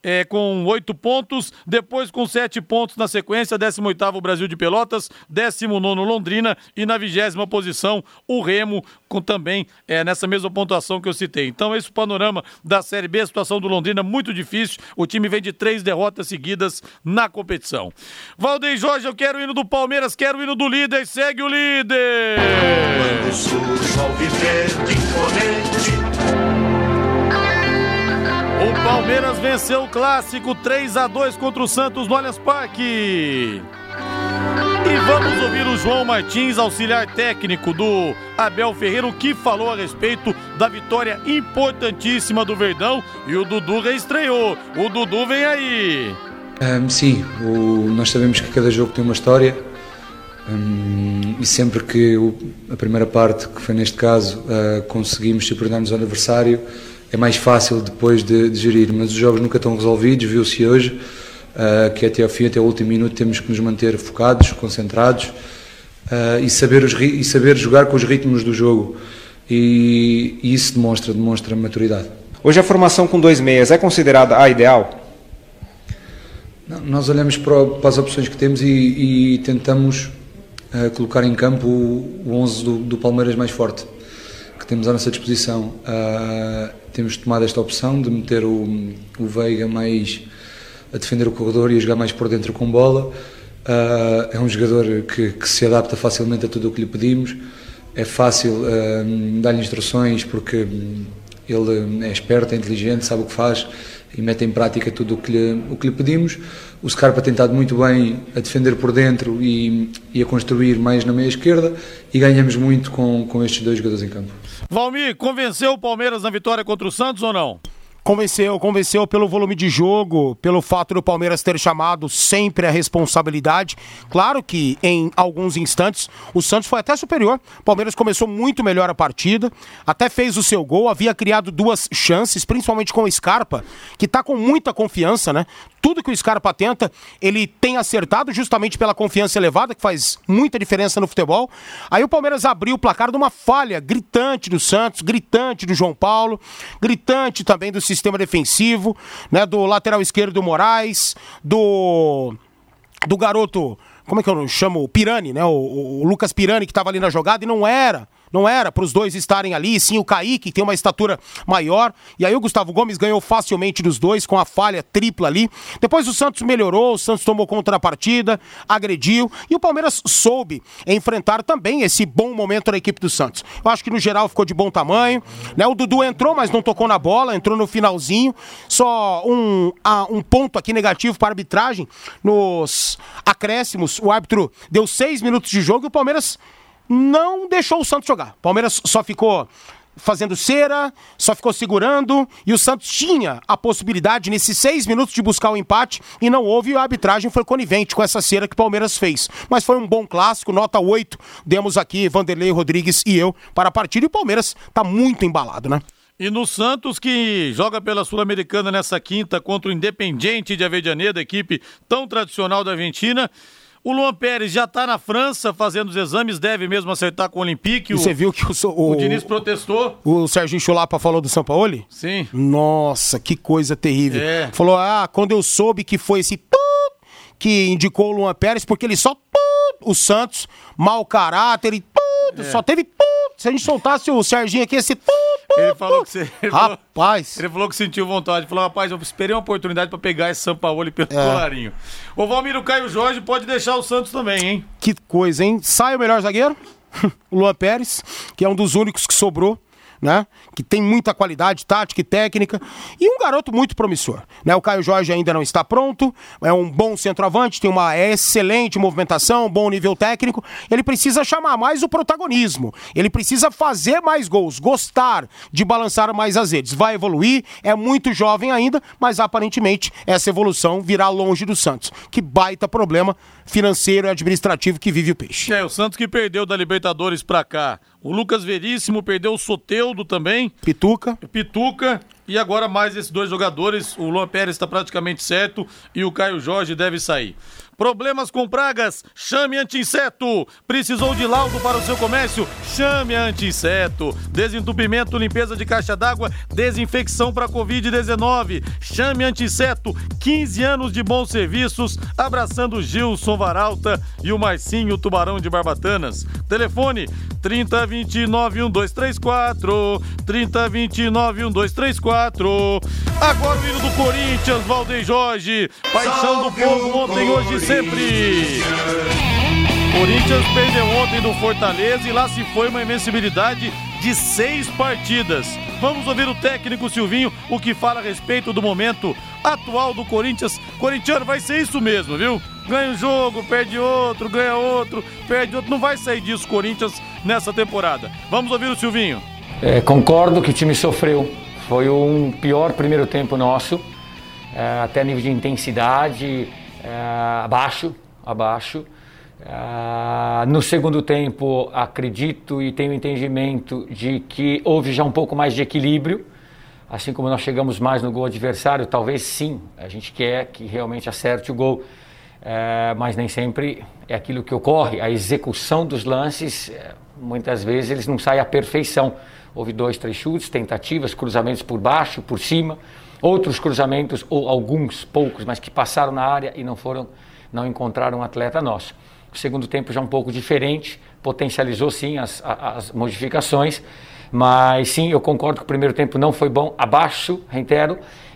é, com oito pontos, depois com sete pontos na sequência, décimo oitavo Brasil de Pelotas, décimo nono Londrina e na vigésima posição o Remo, com também é, nessa mesma pontuação que eu citei. Então esse é o panorama da Série B, a situação do Londrina muito difícil, o time vem de três derrotas seguidas na competição. Valdeir Jorge, eu quero o hino do Palmeiras, quero o hino do líder, segue o líder! Quando surge ao viver de imponente. O Palmeiras venceu o clássico três a dois contra o Santos no Allianz Parque. E vamos ouvir o João Martins, auxiliar técnico do Abel Ferreira, o que falou a respeito da vitória importantíssima do Verdão. E o Dudu reestreou. O Dudu vem aí. Um, sim, o, nós sabemos que cada jogo tem uma história. Um, e sempre que o, a primeira parte, que foi neste caso, uh, conseguimos superar-nos ao adversário, é mais fácil depois de, de gerir. Mas os jogos nunca estão resolvidos, viu-se hoje. Uh, que até ao fim, até o último minuto, temos que nos manter focados, concentrados uh, e, saber os, e saber jogar com os ritmos do jogo, e, e isso demonstra, demonstra maturidade. Hoje a formação com dois meias é considerada a ideal? Não, nós olhamos para, para as opções que temos e, e tentamos uh, colocar em campo o, o onze do, do Palmeiras mais forte que temos à nossa disposição. Uh, temos tomado esta opção de meter o, o Veiga mais a defender o corredor e a jogar mais por dentro com bola. Uh, é um jogador que, que se adapta facilmente a tudo o que lhe pedimos. É fácil uh, dar-lhe instruções porque ele é esperto, é inteligente, sabe o que faz e mete em prática tudo o que lhe, o que lhe pedimos. O Scarpa tem estado muito bem a defender por dentro e, e a construir mais na meia esquerda, e ganhamos muito com, com estes dois jogadores em campo. Valmir, convenceu o Palmeiras na vitória contra o Santos ou não? Convenceu, convenceu pelo volume de jogo, pelo fato do Palmeiras ter chamado sempre a responsabilidade. Claro que em alguns instantes o Santos foi até superior. O Palmeiras começou muito melhor a partida, até fez o seu gol, havia criado duas chances, principalmente com o Scarpa, que está com muita confiança, né? Tudo que o Scarpa tenta, ele tem acertado justamente pela confiança elevada, que faz muita diferença no futebol. Aí o Palmeiras abriu o placar de uma falha gritante do Santos, gritante do João Paulo, gritante também do sistema defensivo, né, do lateral esquerdo do Moraes, do, do garoto, como é que eu chamo? O Pirani, né? O, o Lucas Pirani, que estava ali na jogada, e não era. Não era para os dois estarem ali, sim o Kaique, que tem uma estatura maior, e aí o Gustavo Gomes ganhou facilmente dos dois, com a falha tripla ali. Depois o Santos melhorou, o Santos tomou conta da partida, agrediu, e o Palmeiras soube enfrentar também esse bom momento da equipe do Santos. Eu acho que no geral ficou de bom tamanho, né? O Dudu entrou, mas não tocou na bola, entrou no finalzinho. Só um, ah, um ponto aqui negativo para a arbitragem, nos acréscimos, o árbitro deu seis minutos de jogo e o Palmeiras não deixou o Santos jogar. O Palmeiras só ficou fazendo cera, só ficou segurando, e o Santos tinha a possibilidade nesses seis minutos de buscar o empate, e não houve, e a arbitragem foi conivente com essa cera que o Palmeiras fez. Mas foi um bom clássico, nota oito, demos aqui Vanderlei Rodrigues e eu para a partida, e o Palmeiras tá muito embalado, né? E no Santos, que joga pela Sul-Americana nessa quinta contra o Independiente de Avejaneda, equipe tão tradicional da Argentina. O Luan Pérez já está na França fazendo os exames, deve mesmo acertar com o Olympique. Você viu que o, o, o Diniz protestou? O Serginho Chulapa falou do Sampaoli? Sim. Nossa, que coisa terrível. É. Falou, ah, quando eu soube que foi esse que indicou o Luan Pérez, porque ele só o Santos, mau caráter e é. só teve se a gente soltasse o Serginho aqui, esse ele falou que você... Ele rapaz. Falou, ele falou que sentiu vontade. Ele falou, rapaz, eu esperei uma oportunidade pra pegar esse Sampaoli pelo é. colarinho. O Valmir, o Caio Jorge pode deixar o Santos também, hein? Que coisa, hein? Sai o melhor zagueiro, o Luan Pérez, que é um dos únicos que sobrou, né? Que tem muita qualidade tática e técnica, e um garoto muito promissor, né? O Caio Jorge ainda não está pronto, é um bom centroavante, tem uma excelente movimentação, bom nível técnico, ele precisa chamar mais o protagonismo, ele precisa fazer mais gols, gostar de balançar mais as redes, vai evoluir, é muito jovem ainda, mas aparentemente essa evolução virá longe do Santos. Que baita problema financeiro e administrativo que vive o Peixe. É, o Santos que perdeu da Libertadores pra cá, o Lucas Veríssimo perdeu o Soteldo Haroldo também. Pituca. Pituca. E agora mais esses dois jogadores, o Luan Pérez está praticamente certo e o Caio Jorge deve sair. Problemas com pragas? Chame Anti-Inseto. Precisou de laudo para o seu comércio? Chame a Anti-Inseto. Desentupimento, limpeza de caixa d'água, desinfecção para covid dezenove. Chame Anti-Inseto. quinze anos de bons serviços, abraçando o Gilson Varalta e o Marcinho Tubarão de Barbatanas. Telefone trinta, vinte e nove, um dois três quatro. trinta, vinte e nove, um dois três quatro. Agora o hino do Corinthians, Valdeir Jorge. Paixão do povo ontem, hoje e sempre. Corinthians perdeu ontem do Fortaleza e lá se foi uma invencibilidade de seis partidas. Vamos ouvir o técnico Silvinho, o que fala a respeito do momento atual do Corinthians. Corintiano, vai ser isso mesmo, viu? Ganha um jogo, perde outro, ganha outro, perde outro. Não vai sair disso Corinthians nessa temporada. Vamos ouvir o Silvinho. É, concordo que o time sofreu. Foi um pior primeiro tempo nosso, é, até nível de intensidade, é, abaixo, abaixo. Uh, no segundo tempo, acredito e tenho entendimento de que houve já um pouco mais de equilíbrio, assim como nós chegamos mais no gol adversário, talvez sim, a gente quer que realmente acerte o gol, uh, mas nem sempre é aquilo que ocorre. A execução dos lances, uh, muitas vezes eles não saem à perfeição. Houve dois, três chutes, tentativas, cruzamentos por baixo, por cima, outros cruzamentos, ou alguns, poucos, mas que passaram na área e não foram, não encontraram um atleta nosso. O segundo tempo já um pouco diferente, potencializou sim as, as modificações, mas sim, eu concordo que o primeiro tempo não foi bom, abaixo, reitero,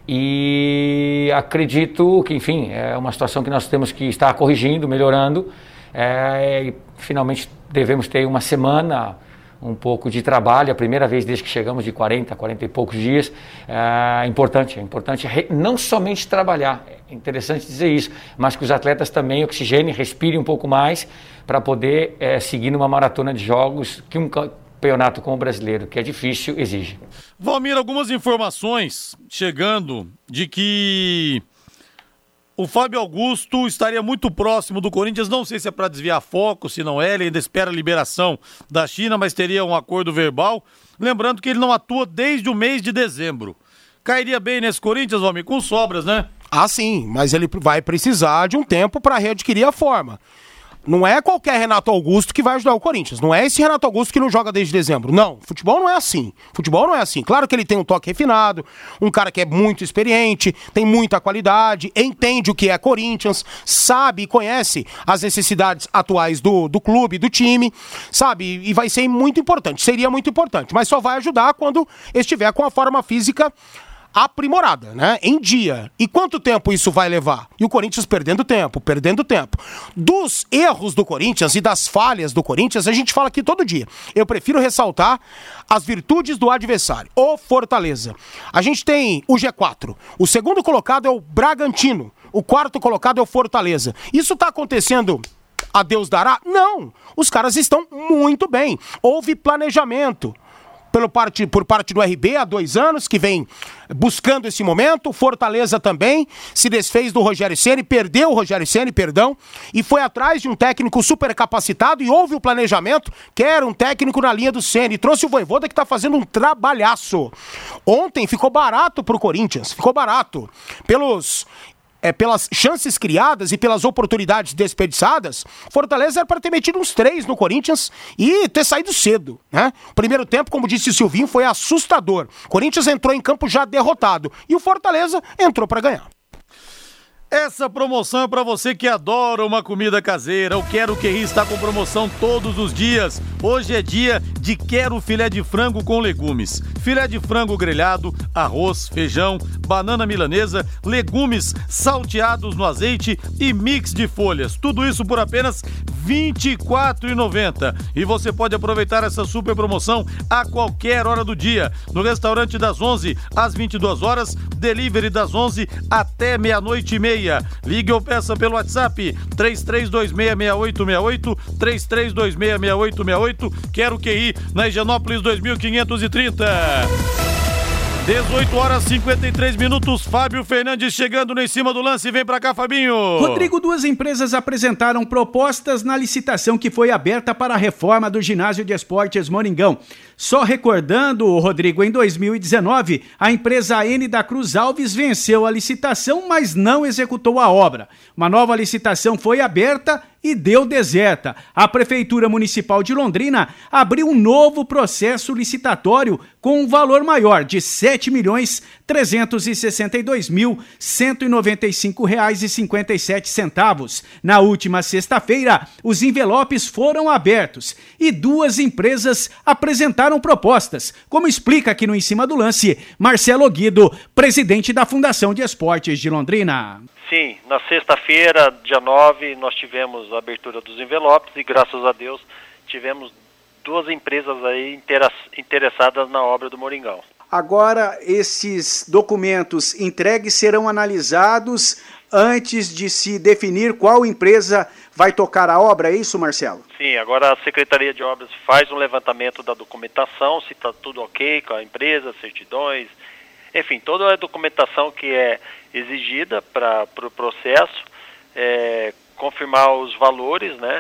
e acredito que, enfim, é uma situação que nós temos que estar corrigindo, melhorando, é, e finalmente devemos ter uma semana, um pouco de trabalho, a primeira vez desde que chegamos de quarenta, quarenta e poucos dias, é importante, é importante re, não somente trabalhar, é interessante dizer isso, mas que os atletas também oxigenem, respirem um pouco mais para poder é, seguir numa maratona de jogos que um campeonato como o brasileiro, que é difícil, exige. Valmir, algumas informações chegando de que o Fábio Augusto estaria muito próximo do Corinthians, não sei se é para desviar foco, se não é, ele ainda espera a liberação da China, mas teria um acordo verbal. Lembrando que ele não atua desde o mês de dezembro. Cairia bem nesse Corinthians, Valmir, com sobras, né? Ah, sim, mas ele vai precisar de um tempo para readquirir a forma. Não é qualquer Renato Augusto que vai ajudar o Corinthians. Não é esse Renato Augusto que não joga desde dezembro. Não, futebol não é assim. Futebol não é assim. Claro que ele tem um toque refinado, um cara que é muito experiente, tem muita qualidade, entende o que é Corinthians, sabe e conhece as necessidades atuais do, do clube, do time, sabe? E vai ser muito importante, seria muito importante. Mas só vai ajudar quando estiver com a forma física aprimorada, né? Em dia. E quanto tempo isso vai levar? E o Corinthians perdendo tempo, perdendo tempo. Dos erros do Corinthians e das falhas do Corinthians, a gente fala aqui todo dia. Eu prefiro ressaltar as virtudes do adversário. O Fortaleza. A gente tem o G quatro. O segundo colocado é o Bragantino. O quarto colocado é o Fortaleza. Isso tá acontecendo a Deus dará? Não. Os caras estão muito bem. Houve planejamento. Pelo parte, por parte do R B há dois anos, que vem buscando esse momento. Fortaleza também se desfez do Rogério Ceni, perdeu o Rogério Ceni, perdão, e foi atrás de um técnico super capacitado e houve o planejamento, que era um técnico na linha do Ceni. Trouxe o Vojvoda, que está fazendo um trabalhaço. Ontem ficou barato pro Corinthians, ficou barato. Pelos... É, pelas chances criadas e pelas oportunidades desperdiçadas, Fortaleza era para ter metido uns três no Corinthians e ter saído cedo, né? O primeiro tempo, como disse o Silvinho, foi assustador. O Corinthians entrou em campo já derrotado e o Fortaleza entrou para ganhar. Essa promoção é para você que adora uma comida caseira. O Quero Querri está com promoção todos os dias. Hoje é dia de Quero Filé de Frango com legumes. Filé de frango grelhado, arroz, feijão, banana milanesa, legumes salteados no azeite e mix de folhas. Tudo isso por apenas vinte e quatro reais e noventa centavos. E você pode aproveitar essa super promoção a qualquer hora do dia. No restaurante das onze às vinte e duas horas, delivery das onze até meia-noite e meia. Ligue ou peça pelo WhatsApp três três dois seis, seis oito seis oito, três três dois seis, seis oito seis oito. Quero Q I na Higienópolis dois mil quinhentos e trinta. dezoito horas e cinquenta e três minutos, Fábio Fernandes chegando no Em Cima do Lance. Vem pra cá, Fabinho. Rodrigo, duas empresas apresentaram propostas na licitação que foi aberta para a reforma do Ginásio de Esportes Moringão. Só recordando, Rodrigo, em dois mil e dezenove, a empresa N da Cruz Alves venceu a licitação, mas não executou a obra. Uma nova licitação foi aberta e deu deserta. A Prefeitura Municipal de Londrina abriu um novo processo licitatório com um valor maior de sete milhões trezentos e sessenta e dois mil cento e noventa e cinco reais e cinquenta e sete centavos. Na última sexta-feira, os envelopes foram abertos e duas empresas apresentaram propostas, como explica aqui no Em Cima do Lance, Marcelo Guido, presidente da Fundação de Esportes de Londrina. Sim, na sexta-feira, dia nove, nós tivemos a abertura dos envelopes e, graças a Deus, tivemos duas empresas aí interessadas na obra do Moringão. Agora, esses documentos entregues serão analisados antes de se definir qual empresa vai tocar a obra, é isso, Marcelo? Sim, agora a Secretaria de Obras faz um levantamento da documentação, se está tudo ok com a empresa, certidões, enfim, toda a documentação que é exigida para o pro processo, é, confirmar os valores, né?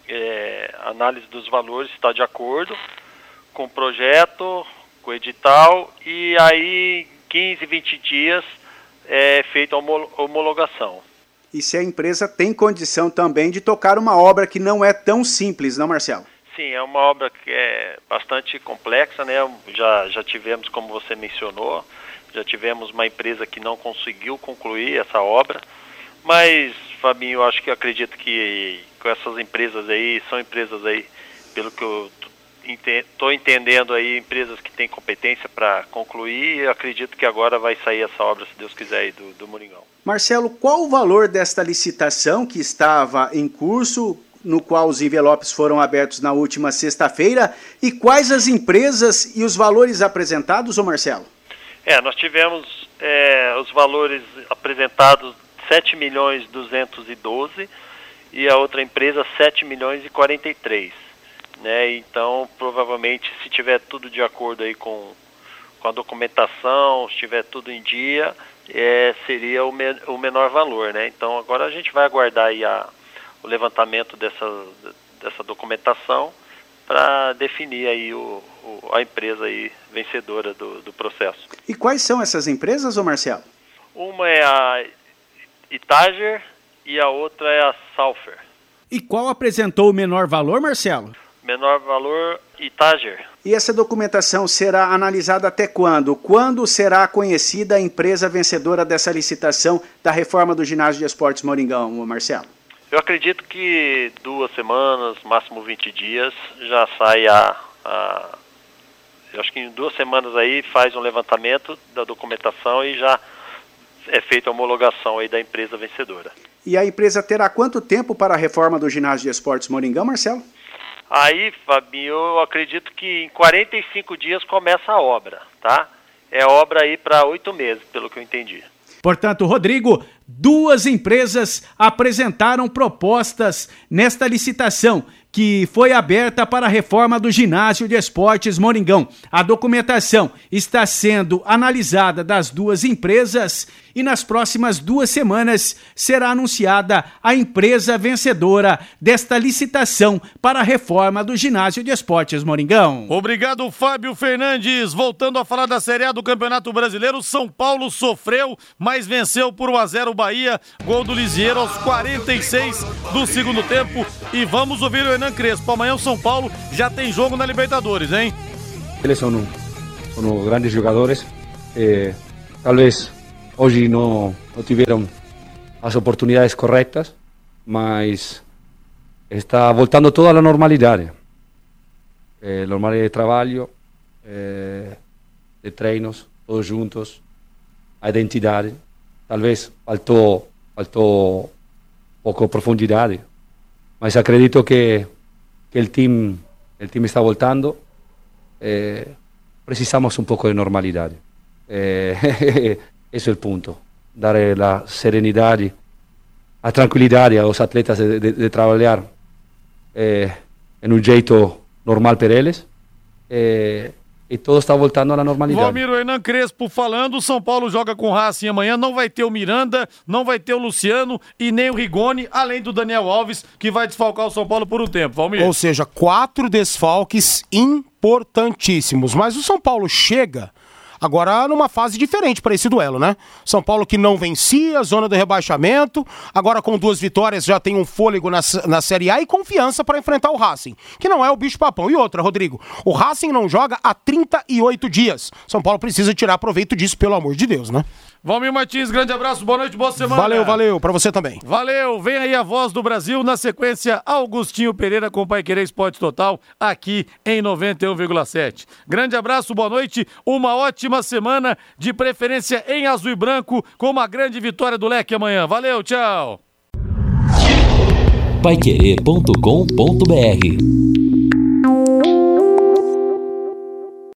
É, análise dos valores está de acordo com o projeto, com o edital, e aí quinze, vinte dias é feita a homologação. E se a empresa tem condição também de tocar uma obra que não é tão simples, não, Marcelo? Sim, é uma obra que é bastante complexa, né? Já, já tivemos, como você mencionou, já tivemos uma empresa que não conseguiu concluir essa obra, mas, Fabinho, eu acho que eu acredito que com essas empresas aí, são empresas aí, pelo que eu estou entendendo aí, empresas que têm competência para concluir, eu acredito que agora vai sair essa obra, se Deus quiser, aí do, do Moringão. Marcelo, qual o valor desta licitação que estava em curso, no qual os envelopes foram abertos na última sexta-feira, e quais as empresas e os valores apresentados, ô Marcelo? É, nós tivemos é, os valores apresentados, sete milhões duzentos e doze, e a outra empresa sete milhões e quarenta e três, né? Então, provavelmente, se tiver tudo de acordo aí com, com a documentação, se tiver tudo em dia, é, seria o, me, o menor valor, né? Então, agora a gente vai aguardar aí a, o levantamento dessa, dessa documentação para definir aí o, o, a empresa aí vencedora do, do processo. E quais são essas empresas, ô Marcelo? Uma é a Itager e a outra é a Salfer. E qual apresentou o menor valor, Marcelo? Menor valor, Itager. E essa documentação será analisada até quando? Quando será conhecida a empresa vencedora dessa licitação da reforma do Ginásio de Esportes Moringão, Marcelo? Eu acredito que duas semanas, máximo vinte dias, já sai a... a eu acho que em duas semanas aí faz um levantamento da documentação e já é feita a homologação aí da empresa vencedora. E a empresa terá quanto tempo para a reforma do Ginásio de Esportes Moringão, Marcelo? Aí, Fabinho, eu acredito que em quarenta e cinco dias começa a obra, tá? É obra aí para oito meses, pelo que eu entendi. Portanto, Rodrigo, duas empresas apresentaram propostas nesta licitação que foi aberta para a reforma do Ginásio de Esportes Moringão. A documentação está sendo analisada das duas empresas e nas próximas duas semanas será anunciada a empresa vencedora desta licitação para a reforma do Ginásio de Esportes Moringão. Obrigado, Fábio Fernandes. Voltando a falar da Série A do Campeonato Brasileiro, São Paulo sofreu, mas venceu por um a zero o Bahia. Gol do Lisieiro aos quarenta e seis do segundo tempo. E vamos ouvir o Hernan Crespo. Amanhã o São Paulo já tem jogo na Libertadores, hein? Eles são, são grandes jogadores. Eh, talvez hoje não, não tiveram as oportunidades corretas, mas está voltando toda a normalidade. Eh, normalidade de trabalho, eh, de treinos, todos juntos, a identidade. Talvez faltou, faltou pouco profundidade, mas acredito que, que el team, el team está voltando. Eh, precisamos un poco de normalidad. Eh, eso es el punto. Dar la serenidad, la tranquilidad a los atletas de, de, de trabajar eh, en un jeito normal para ellos. Eh, e todo está voltando à normalidade. Valmir, o Hernan Crespo falando, o São Paulo joga com o Racing amanhã, não vai ter o Miranda, não vai ter o Luciano e nem o Rigoni, além do Daniel Alves, que vai desfalcar o São Paulo por um tempo, Valmir. Ou seja, quatro desfalques importantíssimos, mas o São Paulo chega agora numa fase diferente para esse duelo, né? São Paulo que não vencia, zona do rebaixamento, agora com duas vitórias já tem um fôlego na, na Série A e confiança para enfrentar o Racing, que não é o bicho-papão. E outra, Rodrigo, o Racing não joga há trinta e oito dias. São Paulo precisa tirar proveito disso, pelo amor de Deus, né? Valmir Martins, grande abraço, boa noite, boa semana. Valeu, valeu, pra você também. Valeu, vem aí a Voz do Brasil, na sequência, Augustinho Pereira com o Paiquerê Esporte Total, aqui em noventa e um vírgula sete. Grande abraço, boa noite, uma ótima semana, de preferência em azul e branco, com uma grande vitória do Leque amanhã. Valeu, tchau. paiquerê ponto com ponto br